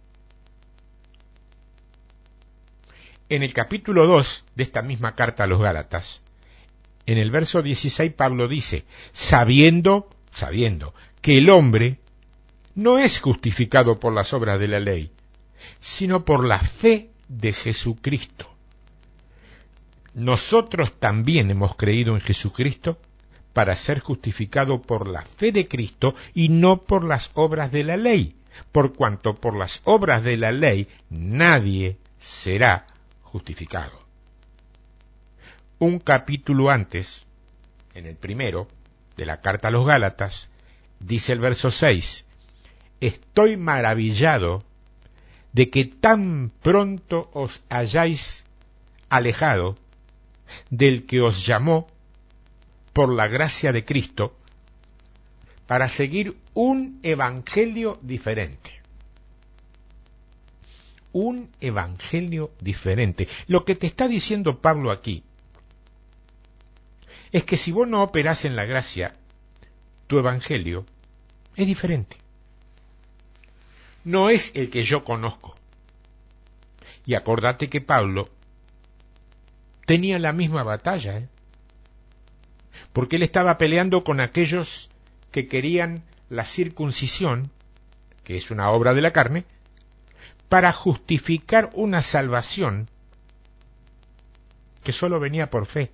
En el capítulo dos de esta misma carta a los Gálatas, en el verso dieciséis, Pablo dice, sabiendo, sabiendo que el hombre no es justificado por las obras de la ley, sino por la fe de Jesucristo. Nosotros también hemos creído en Jesucristo para ser justificado por la fe de Cristo y no por las obras de la ley, por cuanto por las obras de la ley nadie será justificado. Un capítulo antes, en el primero de la carta a los Gálatas, dice el verso seis, estoy maravillado de que tan pronto os hayáis alejado del que os llamó por la gracia de Cristo para seguir un evangelio diferente. Un evangelio diferente. Lo que te está diciendo Pablo aquí es que si vos no operás en la gracia, tu evangelio es diferente. No es el que yo conozco. Y acordate que Pablo tenía la misma batalla, ¿eh? Porque él estaba peleando con aquellos que querían la circuncisión, que es una obra de la carne, para justificar una salvación que solo venía por fe.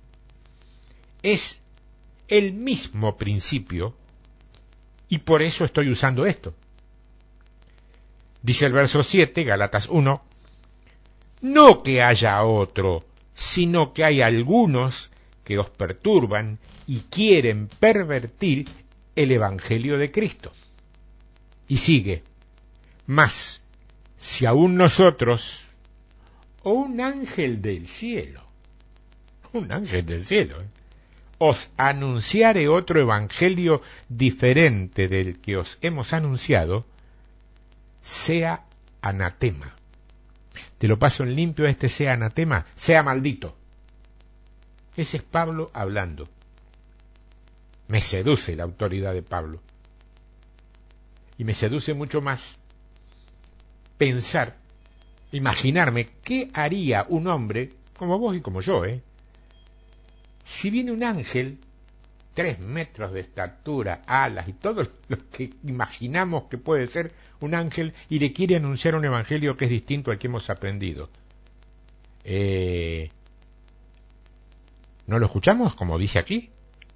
Es el mismo principio y por eso estoy usando esto. Dice el verso siete, Gálatas uno, no que haya otro, sino que hay algunos que os perturban y quieren pervertir el evangelio de Cristo. Y sigue, mas si aún nosotros, o un ángel del cielo, un ángel del cielo, ¿eh? os anunciare otro evangelio diferente del que os hemos anunciado, sea anatema. Te lo paso en limpio, este sea anatema, sea maldito. Ese es Pablo hablando. Me seduce la autoridad de Pablo. Y me seduce mucho más pensar, imaginarme qué haría un hombre como vos y como yo, ¿eh? Si viene un ángel, tres metros de estatura, alas y todo lo que imaginamos que puede ser un ángel y le quiere anunciar un evangelio que es distinto al que hemos aprendido. Eh, ¿No lo escuchamos como dice aquí?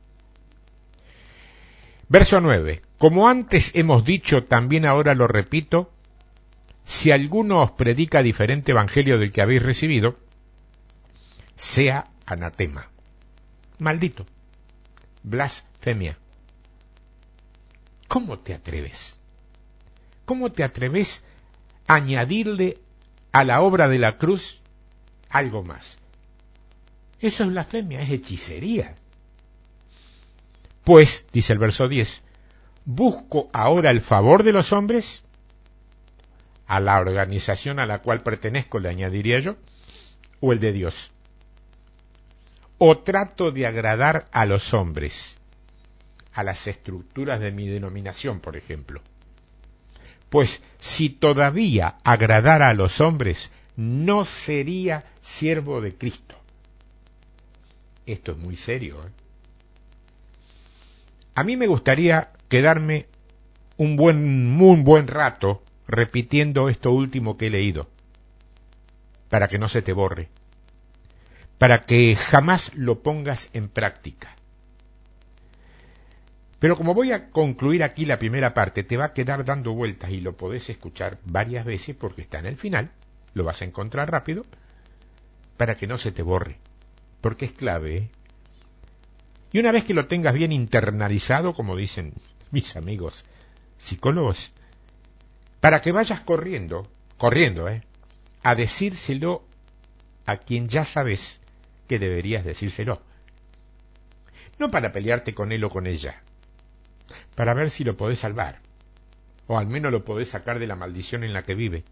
Verso nueve. Como antes hemos dicho, también ahora lo repito, si alguno os predica diferente evangelio del que habéis recibido, sea anatema. Maldito. Blasfemia. ¿Cómo te atreves? ¿Cómo te atreves a añadirle a la obra de la cruz algo más? Eso es blasfemia, es hechicería. Pues, dice el verso diez, ¿busco ahora el favor de los hombres? ¿A la organización a la cual pertenezco le añadiría yo? ¿O el de Dios? ¿O trato de agradar a los hombres? a las estructuras de mi denominación, por ejemplo. Pues si todavía agradara a los hombres, no sería siervo de Cristo. Esto es muy serio, ¿eh? A mí me gustaría quedarme un buen, muy buen rato repitiendo esto último que he leído, para que no se te borre, para que jamás lo pongas en práctica. Pero como voy a concluir aquí la primera parte, te va a quedar dando vueltas y lo podés escuchar varias veces porque está en el final, lo vas a encontrar rápido, para que no se te borre, porque es clave, ¿eh? Y una vez que lo tengas bien internalizado, como dicen mis amigos psicólogos, para que vayas corriendo, corriendo, ¿eh? a decírselo a quien ya sabes que deberías decírselo. No para pelearte con él o con ella, para ver si lo podés salvar, o al menos lo podés sacar de la maldición en la que vive.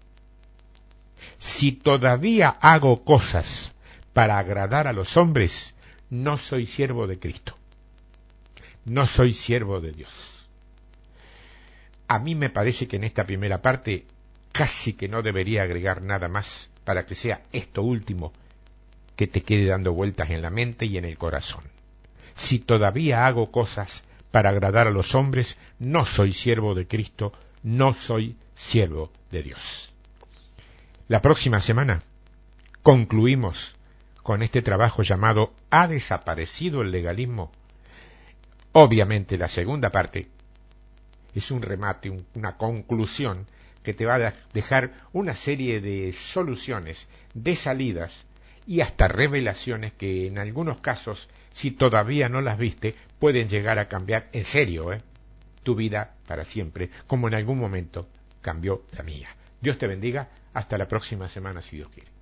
Si todavía hago cosas para agradar a los hombres, no soy siervo de Cristo. No soy siervo de Dios. A mí me parece que en esta primera parte casi que no debería agregar nada más para que sea esto último que te quede dando vueltas en la mente y en el corazón. Si todavía hago cosas para agradar a los hombres, no soy siervo de Cristo, no soy siervo de Dios. La próxima semana concluimos con este trabajo llamado ¿Ha desaparecido el legalismo? Obviamente la segunda parte es un remate, un, una conclusión que te va a dejar una serie de soluciones, de salidas y hasta revelaciones que en algunos casos, si todavía no las viste, pueden llegar a cambiar en serio, ¿eh? tu vida para siempre, como en algún momento cambió la mía. Dios te bendiga, hasta la próxima semana si Dios quiere.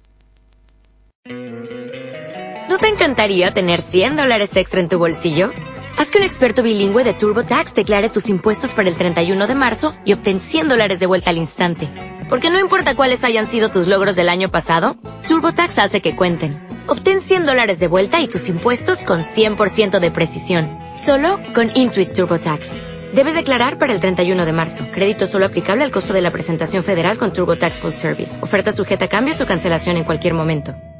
¿No te encantaría tener cien dólares extra en tu bolsillo? Haz que un experto bilingüe de TurboTax declare tus impuestos para el treinta y uno de marzo y obtén cien dólares de vuelta al instante. Porque no importa cuáles hayan sido tus logros del año pasado, TurboTax hace que cuenten. Obtén cien dólares de vuelta y tus impuestos con cien por ciento de precisión. Solo con Intuit TurboTax. Debes declarar para el treinta y uno de marzo. Crédito solo aplicable al costo de la presentación federal con TurboTax Full Service. Oferta sujeta a cambios o cancelación en cualquier momento.